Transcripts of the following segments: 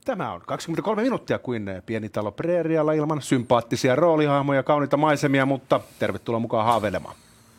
Tämä on 23 minuuttia kuin pieni talo preerialla ilman sympaattisia roolihahmoja, kauniita maisemia, mutta tervetuloa mukaan haaveilemaan.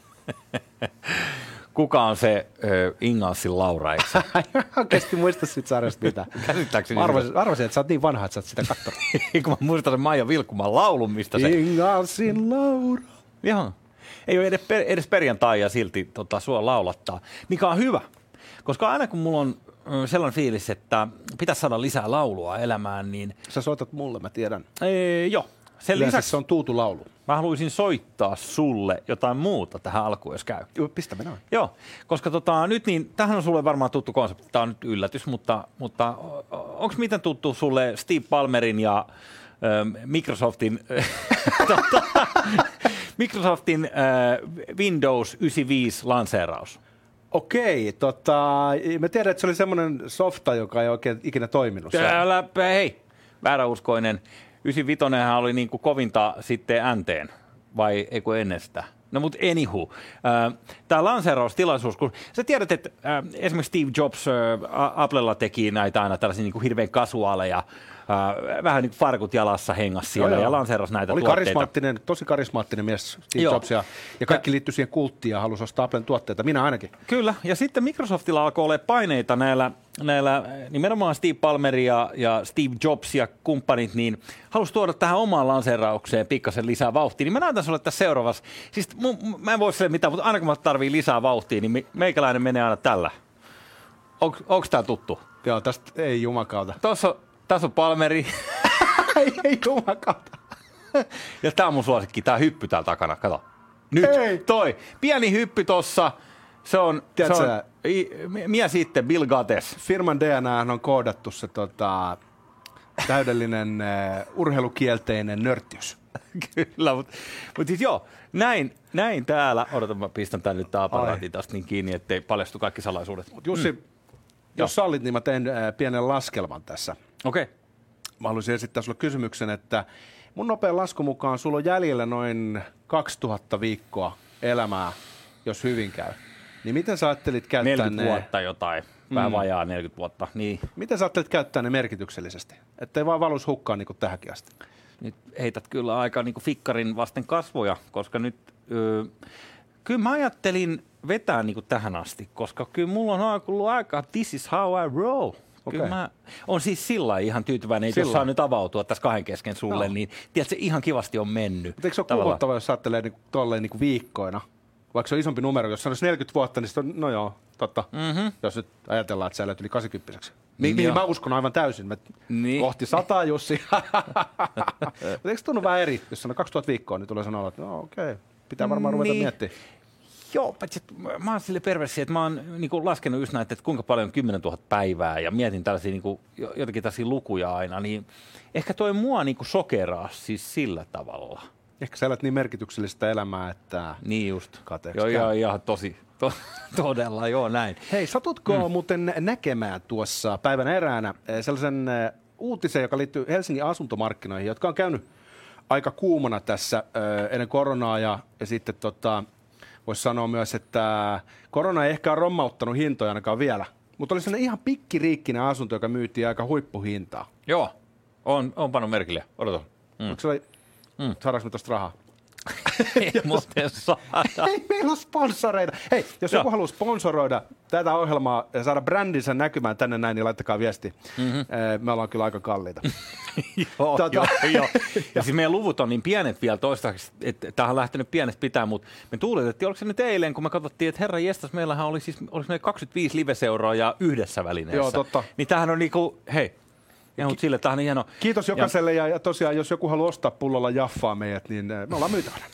Kuka on se Ingalsin Laura, eikö se? Oikeasti muista siitä sarjasta mitään. Käsittääkseni. Arvasin, että sä oot niin vanha, että sä oot sitä katsonut. Kun mä muistan sen Maija Vilkkuman laulun, mistä se... Ingalsin Laura. Joo. Ei ole edes perjantai ja silti sua laulattaa, mikä on hyvä. Koska aina kun mulla on sellainen fiilis, että pitäisi saada lisää laulua elämään, niin... Sä soitat mulle, mä tiedän. Joo. Sen lisäksi se on tuutulaulu. Mä haluaisin soittaa sulle jotain muuta tähän alkuun, jos käy. Joo, pistä mennään. Joo, koska nyt niin, tämähän on sulle varmaan tuttu konsepti. Tämä on nyt yllätys, mutta onko miten tuttu sulle Steve Ballmerin ja Microsoftin Windows 95 lanseeraus? Okei, mä tiedän, että se oli semmoinen softa, joka ei oikein ikinä toiminut. Hei, vääräuskoinen. 95 oli niin kuin kovinta sitten NT:n, vai eikö ennen sitä? No mutta anywho, tämä lanseeraustilaisuus, kun sä tiedät, että esimerkiksi Steve Jobs Applella teki näitä aina tällaisia niin kuin hirveän kasuaaleja, vähän niin kuin farkut jalassa hengas siellä ja lanseerasi näitä tuotteita. Tosi karismaattinen mies Steve Jobs ja kaikki liittyi siihen kulttiin ja halusi ostaa Applen tuotteita, minä ainakin. Kyllä, ja sitten Microsoftilla alkoi olla paineita näillä nimenomaan Steve Ballmer ja Steve Jobs ja kumppanit, niin halusi tuoda tähän omaan lanseeraukseen pikkasen lisää vauhtia. Niin mä näytän sulle tässä seuraavassa. Siis mä en voi sille mitään, mutta aina kun mä tarviin lisää vauhtia, niin meikäläinen menee aina tällä. Onko tää tuttu? Joo, tästä ei jumakauta. Tässä on Ballmeri. ei jumakauta. Ja tää on mun suosikki, tää hyppy täällä takana. Kato. Nyt toi. Pieni hyppy tossa. Se on mies sitten, Bill Gates. Firman DNA on koodattu se täydellinen urheilukielteinen nörttiys. Kyllä, mutta siis joo, näin täällä. Odotan, mä pistän tän nyt tää aparaatin tästä niin kiinni, ettei paljastu kaikki salaisuudet. Jussi, jos sallit, niin mä teen pienen laskelman tässä. Okei. Mä haluaisin esittää sulle kysymyksen, että mun nopean laskun mukaan sulla on jäljellä noin 2000 viikkoa elämää, jos hyvin käy. Niin miten sä ajattelit käyttää 40 vuotta jotain, vähän vajaa 40 vuotta. Niin. Miten sä ajattelit käyttää ne merkityksellisesti? Ettei vaan valuisi hukkaan niin kuin tähänkin asti. Nyt heität kyllä aika niin kuin fikkarin vasten kasvoja, koska nyt... Kyllä mä ajattelin vetää niin kuin tähän asti, koska kyllä mulla on ollut aika this is how I roll. Kyllä mä on siis sillä ihan tyytyväinen, että jos saa nyt avautua tässä kahden kesken sulle, niin tiedätkö, ihan kivasti on mennyt. Mutta eikö se ole kuvottavaa, jos ajattelee niin tolleen niin viikkoina? Vaikka se on isompi numero, jos sanoisi 40 vuotta, niin sitten on, no joo, totta. Jos nyt ajatellaan, että sä elät yli 80-vuotiaaksi. Niin mä uskon aivan täysin. Kohti 100, Jussi. Mutta eikö se tunnu vähän eri, jos sanoo 2000 viikkoa, niin tulee sanoa, että no okei, pitää varmaan ruveta miettimään. Joo, paitsi mä oon sille perversi, että mä oon niinku laskenut just näitä, että kuinka paljon on 10 000 päivää ja mietin tällaisia niinku, jotenkin tällaisia lukuja aina, niin ehkä toi mua niinku sokeraa siis sillä tavalla. Ehkä sä elät niin merkityksellistä elämää, että niin just. Kateeksi joo, ihan todella, joo näin. Hei, satutko muuten näkemään tuossa päivän eräänä sellaisen uutisen, joka liittyy Helsingin asuntomarkkinoihin, jotka on käynyt aika kuumana tässä ennen koronaa ja sitten voisi sanoa myös, että korona ei ehkä ole rommauttanut hintoja ainakaan vielä, mutta oli sellainen ihan pikkiriikkinen asunto, joka myytiin aika huippuhintaa. Joo, on pannut merkille. Odotan. Saadaanko me tuosta rahaa? Ei muuten saada. Ei meillä ole sponsoreita. Hei, jos joku haluaa sponsoroida tätä ohjelmaa ja saada brändinsä näkymään tänne näin, niin laittakaa viesti. Me ollaan kyllä aika kalliita. Joo. Ja siis meidän luvut on niin pienet vielä toistaiseksi, että tämähän on lähtenyt pienestä pitää, mutta me tuuletettiin, oliko se nyt eilen, kun me katsottiin, että herra jestas, meillähän oli siis meillä 25 live-seuraa yhdessä välineessä. Joo, totta. Niin tämähän on niinku, hei. Ja mutta sille tämähän on hieno. Kiitos jokaiselle ja tosiaan, jos joku haluaa ostaa pullolla jaffaa meidät, niin me ollaan myytävänä.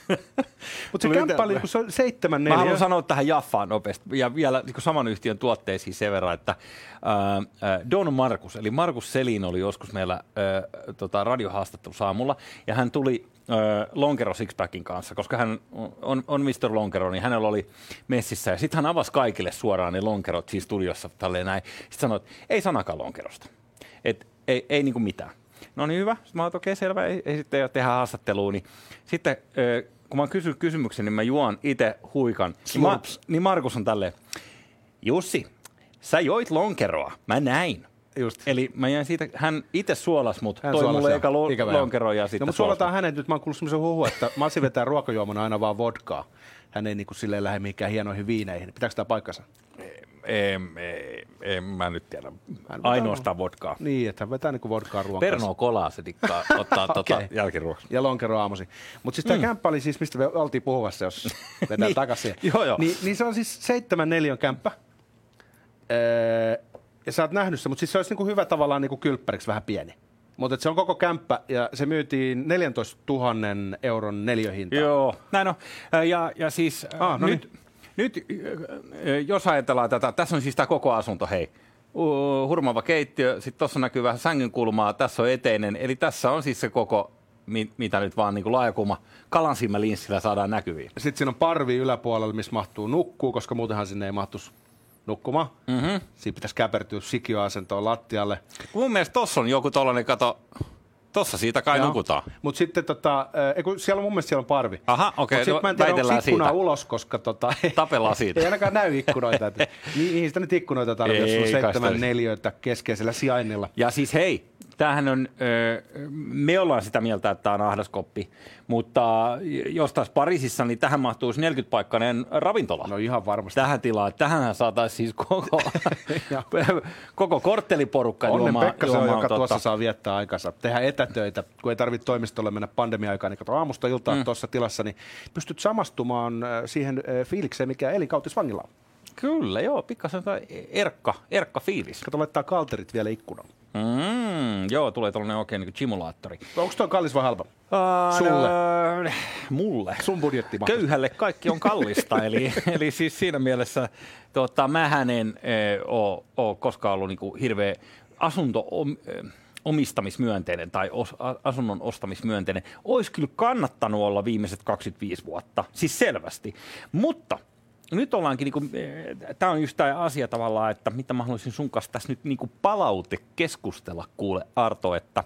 Mutta se kämppä oli 7-4. Mä haluan sanoa tähän jaffaan nopeasti ja vielä niin saman yhtiön tuotteisiin sen verran, että Don Markus, eli Markus Selin oli joskus meillä radiohaastattelussa aamulla ja hän tuli Lonkero Sixpackin kanssa, koska hän on Mr. Lonkero, niin hänellä oli messissä ja sitten hän avasi kaikille suoraan ne lonkerot siinä studiossa tälleen näin. Sitten sanoi, että ei sanakaan lonkerosta. Että ei niinku mitään. No niin hyvä. Sitten mä oon, okei, selvä, ei sitten tehdä haastattelua. Niin sitten kun mä kysyn kysymyksen, niin mä juon itse huikan. Niin Markus on tälleen, Jussi, sä joit lonkeroa. Mä näin. Just. Eli mä jäin siitä, hän itse suolas mut, toi mulle eka lonkeron ja sitten mutta suolataan hänet nyt, mä oon kuullut semmoisen huhun, että Masi vetää ruokajuomana aina vaan vodkaa. Hän ei niinku silleen lähde mihinkään hienoihin viineihin. Pitääkö tämä paikkansa? En mä nyt tiedä. Ainoastaan vodkaa. Niin, että hän vetää niinku vodkaa ruoan kanssa. Pernod kolaa se dikkaa ottaa okay. Jälkiruoksi. Ja lonkero aamusi. Mutta siis tämä kämppä oli siis, mistä me oltiin puhuvassa, jos vedään niin. takaisin. Joo. Niin se on siis 7 neliön kämppä. Ja sä oot nähnyt se, mutta siis se olisi niinku hyvä tavallaan niinku kylppäriksi vähän pieni. Mutta se on koko kämppä ja se myytiin 14 000 euron neliöhintaan. Joo, näin on. Ja siis nyt jos ajatellaan tätä, tässä on siis tämä koko asunto, hei. Hurmaava keittiö, sitten tuossa näkyy vähän sängyn kulmaa, tässä on eteinen. Eli tässä on siis se koko, mitä nyt vaan niin laajakulma kalansilmälinssillä saadaan näkyviin. Sitten siinä on parvi yläpuolella, missä mahtuu nukkuu, koska muutenhan sinne ei mahtuisi nukkumaan. Mm-hmm. Siinä pitäisi käpertyä sikiöasentoon lattialle. Mun mielestä tossa on joku tollainen, kato, tossa siitä kai nukutaan. Mutta sitten siellä on mun mielestä siellä on parvi. Aha, okei. Sitten mä en tiedä, onko ikkuna ulos, koska tapellaan siitä. Ei ainakaan näy ikkunoita. Mihin sitä nyt ikkunoita tarvitsee, jos on 7 neliöitä keskeisellä sijainnilla. Ja siis hei, tämähän on, me ollaan sitä mieltä, että tämä on ahdaskoppi, mutta jos taas Pariisissa, niin tähän mahtuisi 40-paikkainen ravintola. No ihan varmasti. Tähän tilaan. Tähänhän saataisiin siis koko kortteliporukka juomaan. Onnen Pekka se on, joka tuossa saa viettää aikansa. Tehdään etätöitä, kun ei tarvitse toimistolle mennä pandemia-aikaan, niin kato aamusta iltaan tuossa tilassa, niin pystyt samastumaan siihen fiilikseen, mikä elinkautisvangilla on. Kyllä, joo, pikkasen erkka fiilis. Kato, laittaa kalterit vielä ikkunan. Joo, tulee tällainen oikein niin simulaattori. Onko toi kallis vai halpa? Sulle? Mulle. Sun budjetti. Köyhälle kaikki on kallista, eli siis siinä mielessä mähän en ole koskaan ollut niin kuin hirveä omistamismyönteinen tai asunnon ostamismyönteinen. Olisi kyllä kannattanut olla viimeiset 25 vuotta, siis selvästi, mutta nyt ollaankin, tämä on just tämä asia tavallaan, että mitä mä haluaisin sun kanssa tässä nyt palaute keskustella, kuule Arto, että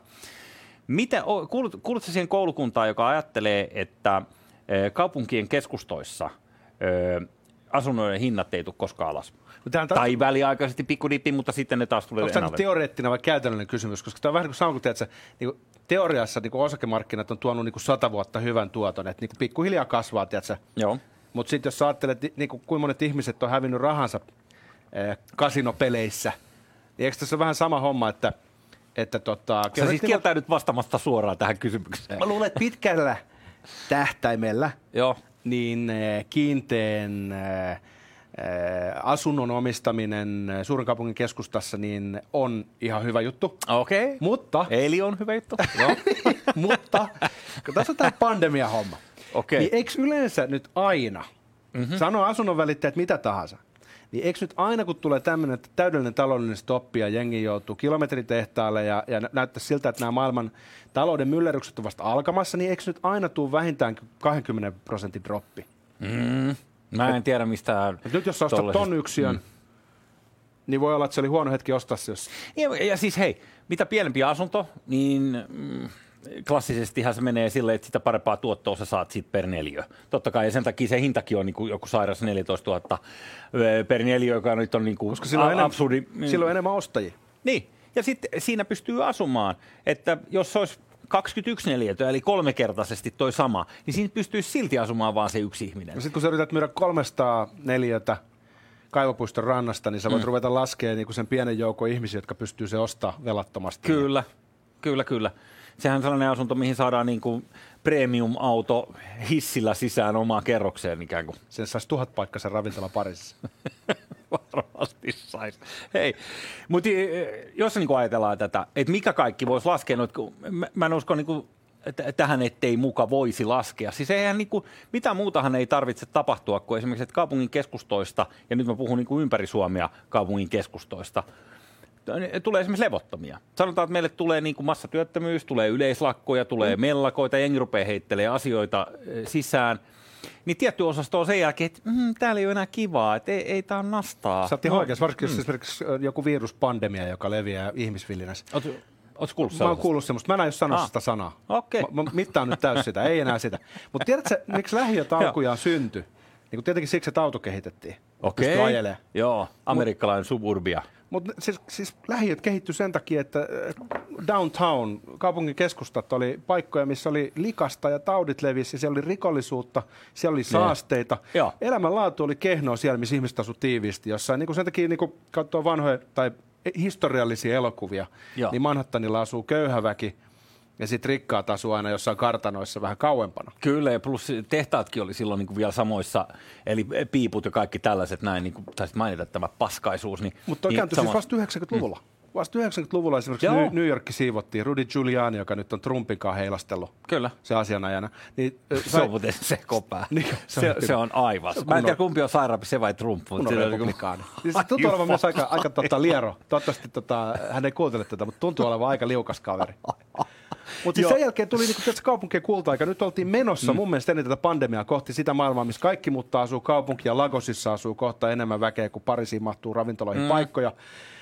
kuulutko siihen koulukuntaan, joka ajattelee, että kaupunkien keskustoissa asunnoiden hinnat ei tule koskaan alas? Tai väliaikaisesti pikkudippi, mutta sitten ne taas tulee enää. Onko tämä teoreettinen vai käytännöllinen kysymys? Koska tämä on vähän niin kuin sama kuin tiedät, että teoriassa osakemarkkinat on tuonut 100 vuotta hyvän tuoton, että pikkuhiljaa kasvaa, tiedätkö? Joo. Mutta sitten jos sä ajattelet, kuinka monet ihmiset on hävinnyt rahansa kasinopeleissä, niin eikö tässä ole vähän sama homma, että sä siis kieltäydyt vastaamasta suoraan tähän kysymykseen. Mä luulen, että pitkällä tähtäimellä niin kiinteän asunnon omistaminen suuren kaupungin keskustassa niin on ihan hyvä juttu. Okei. Mutta eli on hyvä juttu. Mutta kun tässä on tämä pandemia-homma. Okay. Niin eikö yleensä nyt aina, sano asunnon välittäjät mitä tahansa, niin eikö nyt aina kun tulee tämmöinen täydellinen taloudellinen stoppi ja jengi joutuu kilometritehtaalle ja näyttää siltä, että nämä maailman talouden myllerrykset on vasta alkamassa, niin eikö nyt aina tule vähintään 20% droppi? Mä en tiedä mistään. Nyt jos sä ostat ton yksiön, niin voi olla, että se oli huono hetki ostaa se. Ja siis hei, mitä pienempi asunto, niin klassisestihan se menee silleen, että sitä parempaa tuottoa sä saat siitä per neliö. Totta kai, ja sen takia se hintakin on niin kuin joku sairas 14 000 per neliö, joka nyt on niin kuin absurdi. Silloin enemmän ostajia. Niin, ja sitten siinä pystyy asumaan, että jos se olisi 21 neliötä, eli 3-kertaisesti toi sama, niin siinä pystyisi silti asumaan vaan se yksi ihminen. No sitten kun sä yrität myydä 300 neliötä Kaivopuiston rannasta, niin sä voit ruveta laskemaan niin sen pienen joukon ihmisiä, jotka pystyy se ostamaan velattomasti. Kyllä. Sehän on sellainen asunto, mihin saadaan niin kuin premium-auto hissillä sisään omaan kerrokseen ikään kuin. Sen saisi 1000-paikkaisen ravintola Pariisissa. Varmasti saisi. Hei, mutta jos niin ajatellaan tätä, että mikä kaikki voisi laskea, mä en usko niin tähän, ettei muka voisi laskea. Siis eihän mitään muutahan ei tarvitse tapahtua kuin esimerkiksi että kaupungin keskustoista, ja nyt mä puhun niin kuin ympäri Suomea kaupungin keskustoista, tulee esimerkiksi levottomia. Sanotaan, että meille tulee niin kuin massatyöttömyys, tulee yleislakkoja, tulee mellakoita, jengi rupeaa heittelemään asioita sisään. Niin tietty osasto on sen jälkeen, että täällä ei ole enää kivaa, että ei tää on nastaa. Sä oot ihan oikeassa, varsinkin jos esimerkiksi joku viruspandemia, joka leviää ihmisvillinässä. Ootko kuullut sellaisesta? Mä oon kuullut semmoista. Mä en aio sanoa sitä sanaa. Okay. Mä mittaan nyt täys sitä, ei enää sitä. Mutta tiedätkö, miksi lähiöt alkujaan syntyi? Niin tietenkin siksi, että auto kehitettiin. Okei, joo, amerikkalainen suburbia. Mutta siis lähiöt kehittyi sen takia, että downtown, kaupungin keskustat oli paikkoja, missä oli likasta ja taudit levisi, siellä oli rikollisuutta, siellä oli saasteita. Elämänlaatu oli kehnoa siellä, missä ihmiset asui tiiviisti jossain. Niin sen takia niin katsoo vanhoja tai historiallisia elokuvia, niin Manhattanilla asuu köyhä väki. Ja sitten rikkaat asuu aina jossain kartanoissa vähän kauempana. Kyllä, ja plus tehtaatkin oli silloin niin kuin vielä samoissa, eli piiput ja kaikki tällaiset näin, niin kuin taisit mainita tämä paskaisuus. Mutta toi kääntyi siis vasta 90-luvulla. Vasta 90-luvulla esimerkiksi New York siivottiin. Rudy Giuliani, joka nyt on Trumpin kanssa heilastellut. Kyllä. Se asianajana. Niin, se on muuten se kopää. Niin, se on aivan. Mä en tiedä, kumpi on sairaampi, se vai Trump. Kun on republikaani. Siis tuntuu olevan myös aika liero. Toivottavasti hän ei kuuntele tätä, mutta tuntuu olevan aika liukas kaveri. Mutta siis sen jälkeen tuli niinku kaupunkien kulta-aika. Nyt oltiin menossa mun mielestä ennen tätä pandemiaa kohti sitä maailmaa, missä kaikki mutta asuu kaupunki ja Lagosissa asuu kohta enemmän väkeä, kuin Pariisiin mahtuu ravintoloihin paikkoja.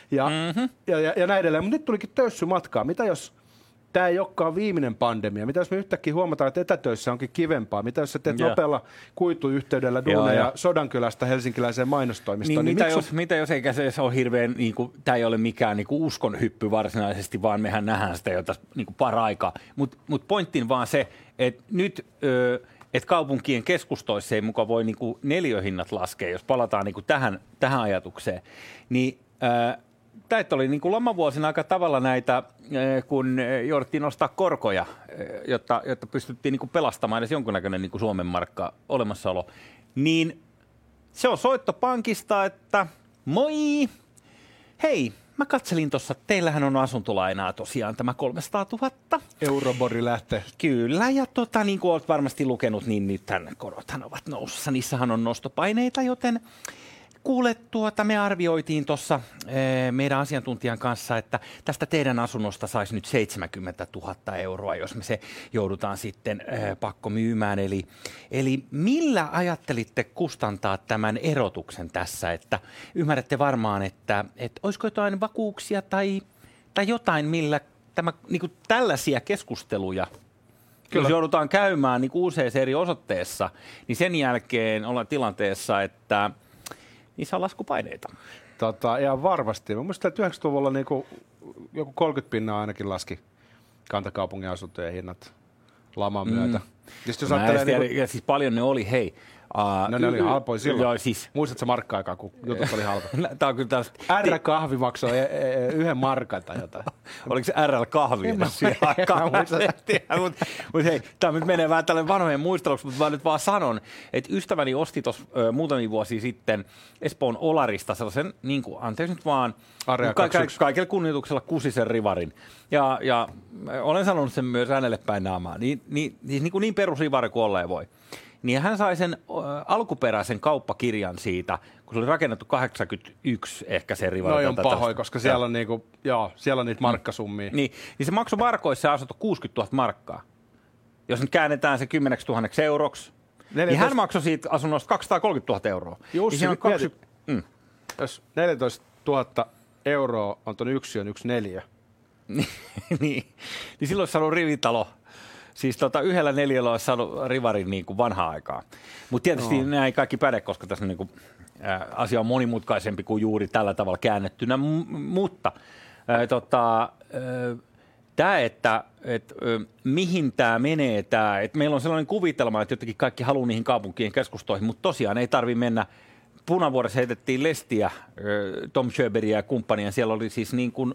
Ja näin edelleen. Mutta nyt tulikin töyssymatkaa. Mitä jos tämä ei olekaan viimeinen pandemia? Mitä jos me yhtäkkiä huomataan, että etätöissä onkin kivempaa? Mitä jos sä teet nopealla kuituyhteydellä duuneja Sodankylästä helsinkiläiseen mainostoimistoon? Mitä jos eikä se ole hirveän, tämä ei ole mikään uskonhyppy varsinaisesti, vaan mehän nähdään sitä jo tässä paraikaa. Mutta pointtiin vaan se, että nyt että kaupunkien keskustoissa ei muka voi neliöhinnat laskea, jos palataan tähän ajatukseen. Niin tämä oli lamavuosina aika tavalla näitä, kun jouduttiin nostaa korkoja, jotta pystyttiin pelastamaan edes jonkunnäköinen Suomen markka olemassaolo. Niin se on soitto pankista, että moi, hei, mä katselin tuossa, teillähän on asuntolainaa tosiaan tämä 300 000. Eurobori lähtee. Kyllä, ja niin kuin olet varmasti lukenut, niin nythän korothan ovat nousussa. Niissähän on nostopaineita, joten kuule, me arvioitiin tuossa meidän asiantuntijan kanssa, että tästä teidän asunnosta saisi nyt 70 000 euroa, jos me se joudutaan sitten pakko myymään. Eli millä ajattelitte kustantaa tämän erotuksen tässä, että ymmärrätte varmaan, että olisiko jotain vakuuksia tai jotain, millä tämä, tällaisia keskusteluja, kyllä, jos joudutaan käymään useissa eri osoitteessa, niin sen jälkeen ollaan tilanteessa, että niissä on laskupaineita. Ihan varmasti. Mä muistan, että 90-luvulla joku 30% ainakin laski kantakaupungin asuntojen hinnat laman myötä. Jos ajattelee, siis paljon ne oli, hei. Ne oli halpoja silloin. Joo, siis. Muistatko markka-aikaa, kun jutut oli halpoja? Tämä on kyllä tällaista. R-kahvi maksoi 1 markan tai jotain. Oliko se RL-kahvi? Mutta hei, tämä nyt menee vähän tälle vanhojen muisteluksi, mutta mä nyt vaan sanon, että ystäväni osti tuossa muutamia vuosia sitten Espoon Olarista sellaisen, anteeksi nyt vaan, kaikella kunnioituksella kusisen rivarin. Ja olen sanonut sen myös hänelle päin naamaa. Niin perusrivari kuin olleen voi. Niin hän sai sen alkuperäisen kauppakirjan siitä, kun se oli rakennettu 81 ehkä se rivari. No on pahoin, koska siellä on, siellä on niitä markkasummia. Niin se maksoi markoissa ja asunto 60 000 markkaa. Jos nyt käännetään se 10 000 euroksi, 14... niin hän maksoi siitä asunnosta 230 000 euroa. Jussi, jos 14 000 euroa on tuon yksi neliö. niin silloin olisi saanut rivitalo. Siis yhdellä neliöllä olisi saanut rivarin vanhaa aikaa. Mutta tietysti nämä ei kaikki päde, koska tässä asia on monimutkaisempi kuin juuri tällä tavalla käännettynä. Mutta tämä, että mihin tämä menee, että meillä on sellainen kuvitelma, että jotenkin kaikki haluaa niihin kaupunkien keskustoihin, mutta tosiaan ei tarvitse mennä. Punavuoressa heitettiin lestiä, Tom Schöberiä ja kumppania. Siellä oli siis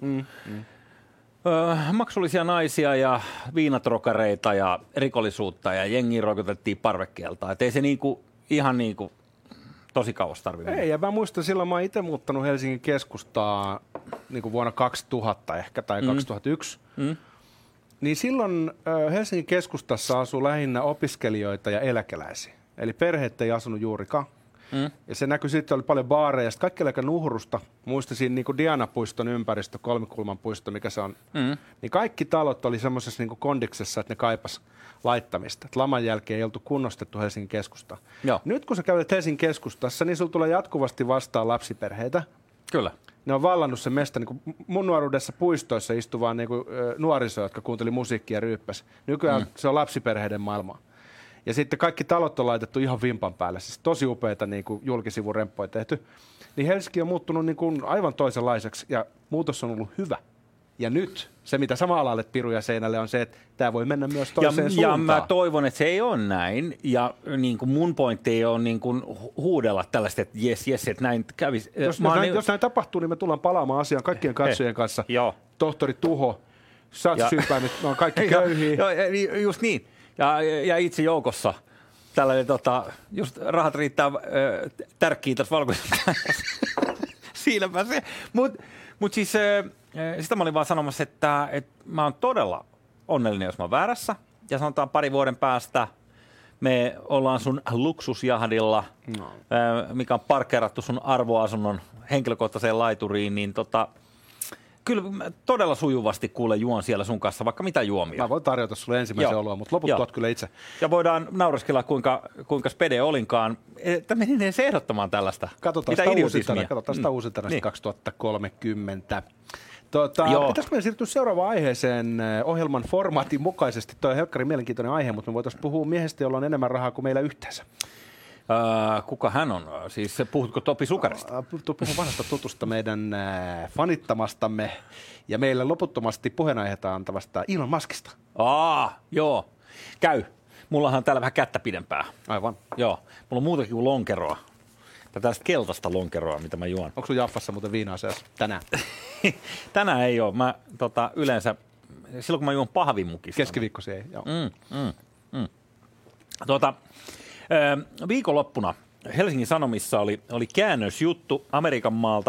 maksullisia naisia ja viinatrokareita ja rikollisuutta ja jengiä rokotettiin parvekkeelta. Että ei se ihan tosi kauas tarvitse. Ei, ja mä muistan silloin, mä oon itse muuttanut Helsingin keskustaa vuonna 2000 ehkä tai 2001. Niin silloin Helsingin keskustassa asui lähinnä opiskelijoita ja eläkeläisiä. Eli perheet ei asunut juurikaan. Ja se näkyi sitten, oli paljon baareja, sitten kaikki oli aika nuhrusta. Muistaisin Diana-puiston ympäristö, Kolmikulman puisto, mikä se on. Niin kaikki talot oli semmoisessa kondiksessa, että ne kaipas laittamista. Et laman jälkeen ei oltu kunnostettu Helsingin keskustaa. Nyt kun sä käyt Helsingin keskustassa, niin sulla tulee jatkuvasti vastaan lapsiperheitä. Kyllä. Ne on vallannut sen mesta. Mun nuoruudessa puistoissa istui vaan nuoriso, jotka kuunteli musiikkia ja ryyppäsi. Nykyään se on lapsiperheiden maailmaa. Ja sitten kaikki talot on laitettu ihan vimpan päälle. Siis tosi upeita niin kuin julkisivuremppoja tehty. Niin Helsinki on muuttunut niin kuin aivan toisenlaiseksi ja muutos on ollut hyvä. Ja nyt se, mitä sama alalle piruja seinälle, on se, että tämä voi mennä myös toiseen suuntaan. Ja mä toivon, että se ei ole näin. Ja niin kuin mun pointti ei ole niin kuin huudella tällaista, että jes, että näin kävisi. Jos näin tapahtuu, niin me tullaan palaamaan asiaan kaikkien katsojien kanssa. Joo. Tohtori Tuho, satssympäämistä, me on kaikki köyhiä. Joo, just niin. Ja itse joukossa. Tällainen, just rahat riittää tärkkiin tässä valkoisessa. Siinäpä se. Mut siis sitä mä olin vaan sanomassa, että mä oon todella onnellinen, jos mä oon väärässä. Ja sanotaan 2 vuoden päästä me ollaan sun luksusjahdilla, mikä on parkkeerattu sun arvoasunnon henkilökohtaiseen laituriin, niin kyllä todella sujuvasti kuule juon siellä sun kanssa vaikka mitä juomia. Mä voin tarjota sulle ensimmäisen olua, mutta loput tuot kyllä itse. Ja voidaan naureskella, kuinka spede olinkaan. Tämä meni se ehdottamaan tällaista. Katsotaan sitä uusintana niin. 2030. Pitäisikö me siirtyä seuraavaan aiheeseen ohjelman formaatin mukaisesti? Tuo on helkkarin mielenkiintoinen aihe, mutta me voitaisiin puhua miehestä, jolla on enemmän rahaa kuin meillä yhteensä. Kuka hän on? Siis puhutko Topi Sukarista? Puhun vanhasta tutusta meidän fanittamastamme ja meille loputtomasti puheenaiheita antavasta Elon Muskista. Joo. Käy. Mullahan on täällä vähän kättä pidempää. Aivan. Joo. Mulla on muutakin kuin lonkeroa. Tällaista keltaista lonkeroa, mitä mä juon. Onko sun jaffassa muuten viinaa seassa tänään? Tänään ei ole. Mä yleensä, silloin kun mä juon pahvimukista. Keskiviikkosi ei, joo. Viikonloppuna Helsingin Sanomissa oli käännösjuttu Amerikan maalta.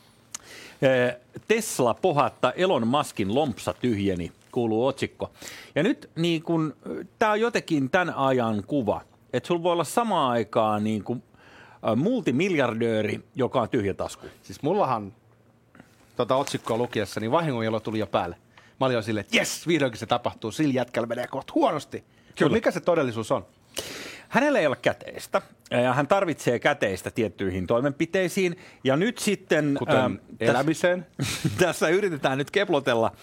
Tesla pohatta Elon Muskin lompsa tyhjeni, kuuluu otsikko. Ja nyt niin kun, tää on jotenkin tämän ajan kuva, että sulla voi olla samaan aikaan niin kun, multimiljardööri, joka on tyhjä tasku. Siis mullahan otsikkoa lukiessa, niin vahingonjalo tuli jo päälle. Mä olin jo silleen, että jes, vihdoinkin se tapahtuu, sillä jätkällä menee kohta huonosti. Kyllä. Mikä se todellisuus on? Hänellä ei ole käteistä, ja hän tarvitsee käteistä tiettyihin toimenpiteisiin, ja nyt sitten... Kuten elämiseen? Tässä yritetään nyt keplotella.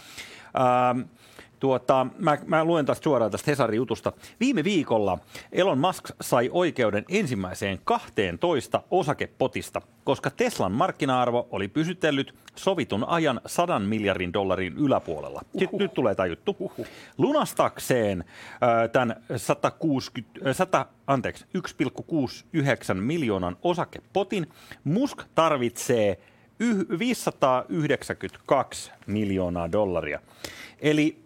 Mä luen taas suoraan tästä Hesarin jutusta. Viime viikolla Elon Musk sai oikeuden ensimmäiseen 12 osakepotista, koska Teslan markkina-arvo oli pysytellyt sovitun ajan $100 miljardin yläpuolella. Nyt tulee tämä juttu. Lunastakseen tämän 1,69 miljoonan osakepotin Musk tarvitsee $592 miljoonaa. Eli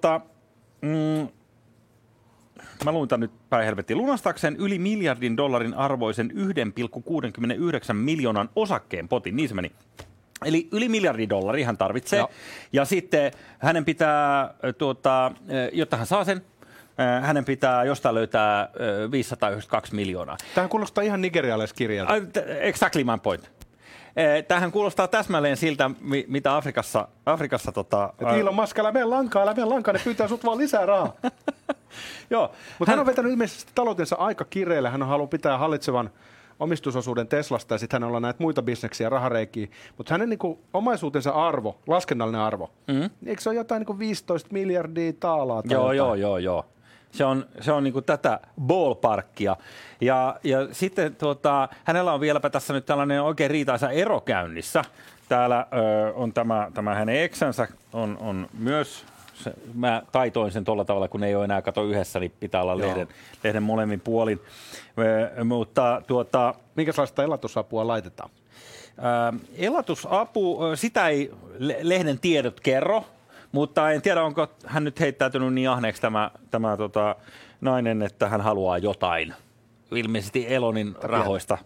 mä luin tämän nyt päin helvettiin. Lunastakseen yli $1 miljardin arvoisen 1,69 miljoonan osakkeen potin, niin se meni. Eli yli $1 miljardia hän tarvitsee. Joo. Ja sitten hänen pitää, jotta hän saa sen, hänen pitää jostain löytää 592 miljoonaa. Tämähän kuulostaa ihan nigerialaiskirjalta. Exactly my point. Tämähän kuulostaa täsmälleen siltä, mitä Afrikassa Elon Musk, älä mene lankaan, ne pyytää sut vaan lisää rahaa. Joo. Mutta hän on vetänyt ilmeisesti taloutensa aika kireelle. Hän haluaa pitää hallitsevan omistusosuuden Teslasta ja sitten hänellä on näitä muita bisneksiä, rahareikiä. Mutta hänen niinku omaisuutensa arvo, laskennallinen arvo, eikö se ole jotain niinku 15 miljardia taalaa? Joo. Se on niinku tätä ballparkia. Ja sitten hänellä on vieläpä tässä nyt tällainen oikein riitaisa ero käynnissä. Täällä on tämä hänen eksänsä on myös, mä taitoin sen tuolla tavalla, kun ei ole enää kato yhdessä, niin pitää olla lehden molemmin puolin. Mutta minkälaista elatusapua laitetaan? Elatusapu, sitä ei lehden tiedot kerro. Mutta en tiedä, onko hän nyt heittäytynyt niin ahneeksi tämä nainen, että hän haluaa jotain. Ilmeisesti Elonin rahoista.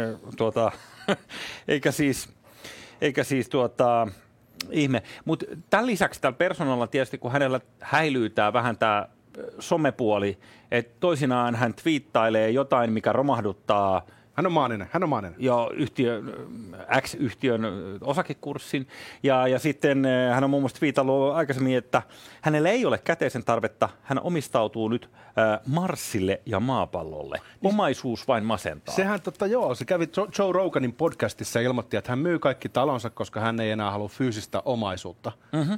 Eikä siis ihme. Mutta tämän lisäksi tällä persoonalla tietysti, kun hänellä häilyytää vähän tämä somepuoli, että toisinaan hän twiittailee jotain, mikä romahduttaa. Hän on maaninen. Joo, X-yhtiön osakekurssin. Ja sitten hän on muun muassa twiitannut aikaisemmin, että hänellä ei ole käteisen tarvetta. Hän omistautuu nyt Marsille ja maapallolle. Omaisuus vain masentaa. Sehän se kävi Joe Roganin podcastissa ja ilmoitti, että hän myy kaikki talonsa, koska hän ei enää halua fyysistä omaisuutta. Mm-hmm.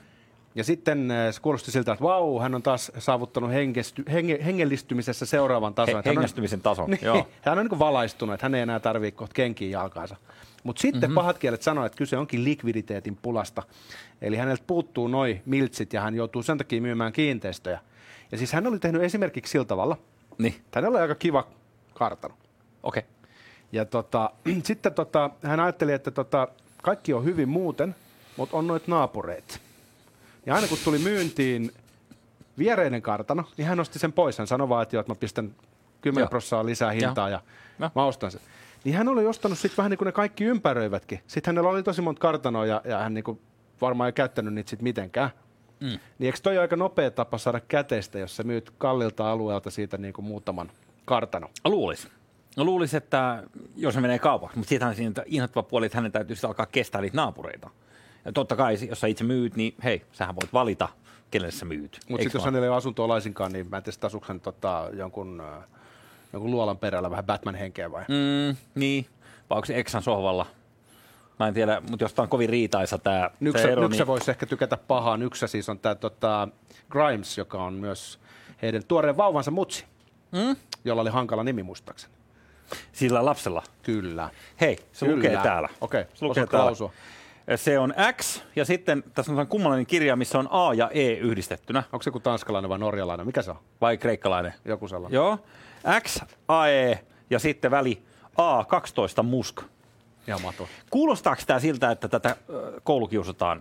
Ja sitten se kuulosti siltä, että vau, hän on taas saavuttanut hengellistymisessä seuraavan tason. Hengästymisen tason, niin, joo. Hän on niin kuin valaistunut, että hän ei enää tarvitse kohta kenkiä jalkaansa. Mutta sitten pahat kielet sanoo, että kyse onkin likviditeetin pulasta. Eli häneltä puuttuu noi miltsit ja hän joutuu sen takia myymään kiinteistöjä. Ja siis hän oli tehnyt esimerkiksi sillä tavalla, Niin. hänellä oli aika kiva kartano. Okei. Ja sitten hän ajatteli, että kaikki on hyvin muuten, mutta on noit naapureita. Ja aina kun tuli myyntiin viereinen kartano, niin hän nosti sen pois. Hän sanoi vaan, että mä pistän 10% lisää hintaa ja mä ostan sen. Niin hän oli ostanut sitten vähän niin kuin ne kaikki ympäröivätkin. Sitten hänellä oli tosi monta kartanoa ja hän niin kuin varmaan ei käyttänyt niitä sitten mitenkään. Niin eikö toi ole aika nopea tapa saada käteistä, jos sä myyt kallilta alueelta siitä niin kuin muutaman kartano? Luulisi, että jos se menee kaupaksi, mutta siitähän siinä inhottava puoli, että hänen täytyy alkaa kestää niitä naapureita. Ja totta kai, jos sä itse myyt, niin hei, sähän voit valita, kenelle sä myyt. Mutta sitten jos hänellä ei ole asuntoa laisinkaan, niin mä en tiedä, asuksen jonkun luolan perällä vähän Batman-henkeä vai? Niin, vai onko se Exan sohvalla? Mä en tiedä, mutta jos tää on kovin riitaisa tää Nyksä niin voisi ehkä tykätä pahaa. Nyksä siis on tää Grimes, joka on myös heidän tuoreen vauvansa mutsi, jolla oli hankala nimi muistaakseni. sillä lapsella. Kyllä. Hei, se lukee täällä. Okei, se lukee täällä. lausua. Se on X, ja sitten tässä on kummallinen kirja, missä on A ja E yhdistettynä. Onko se joku tanskalainen vai norjalainen? Mikä se on? Vai kreikkalainen? Joku sellainen. Joo. X, AE ja sitten väli A12 musk. Ihan mahtavaa. Kuulostaako tämä siltä, että tätä koulukiusataan?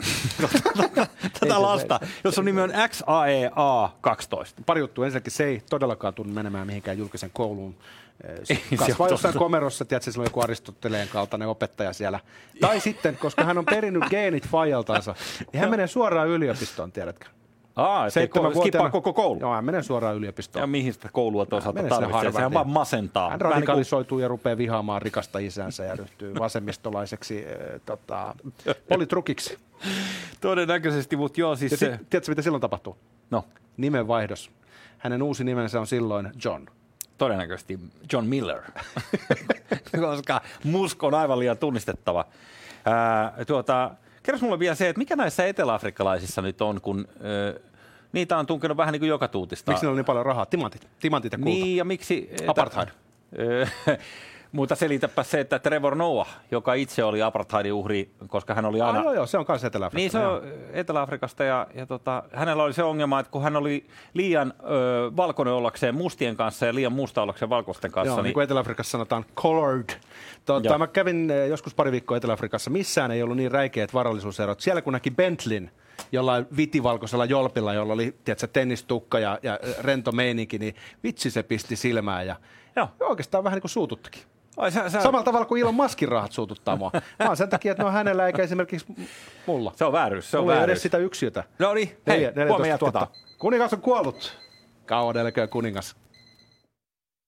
Tätä lasta, jos on nimi on XAEA12. Pari juttua. Ensinnäkin se ei todellakaan tunnu menemään mihinkään julkisen kouluun. Kasvaa jossain komerossa, tiedätkö, sillä on joku Aristoteleen kaltainen opettaja siellä. Tai sitten, koska hän on perinnyt geenit faijaltansa, niin hän menee suoraan yliopistoon, tiedätkö? Skippaa koko koulu. Joo, hän menee suoraan yliopistoon. Ja mihin sitä koulua toisaalta tarvitsee? Sehän vaan masentaa. Hän radikalisoituu ja rupeaa vihaamaan rikasta isänsä ja ryhtyy vasemmistolaiseksi politrukiksi. Todennäköisesti, mutta joo siis... Tiedätkö, mitä silloin tapahtuu? No. Nimenvaihdos. Hänen uusi nimensä on silloin John. Todennäköisesti John Miller, koska Musk on aivan liian tunnistettava. Kerros mulle vielä se, että mikä näissä eteläafrikkalaisissa nyt on, kun niitä on tunkenut vähän niin kuin joka tuutista. Miksi niillä on niin paljon rahaa? Timantit ja kulta. Niin, ja miksi... Apartheid. Mutta selitäpä se, että Trevor Noah, joka itse oli apartheidin uhri, koska hän oli aina... Joo, se on kanssa Etelä-Afrikasta. Niin, se on Etelä-Afrikasta ja hänellä oli se ongelma, että kun hän oli liian valkoinen ollakseen mustien kanssa ja liian musta ollakseen valkoisten kanssa. Joo, niin kuin Etelä-Afrikassa sanotaan colored. Mä kävin joskus pari viikkoa Etelä-Afrikassa. Missään ei ollut niin räikeät varallisuuserot. Siellä kun näki Bentleyn jollain vitivalkoisella jolpilla, jolla oli tennistukka ja rento meininki, niin vitsi se pisti silmään ja oikeastaan vähän niin kuin suututtikin. Samalla tavalla kuin Elon Muskin rahat suututtaa mua. Mä oon sen takia, että ne on hänellä eikä esimerkiksi mulla. Se on vääryys. Mulla ei edes sitä yksiötä. No niin, hei, huomenna jatketaan. Kuningas on kuollut. Kauan eläköön kuningas.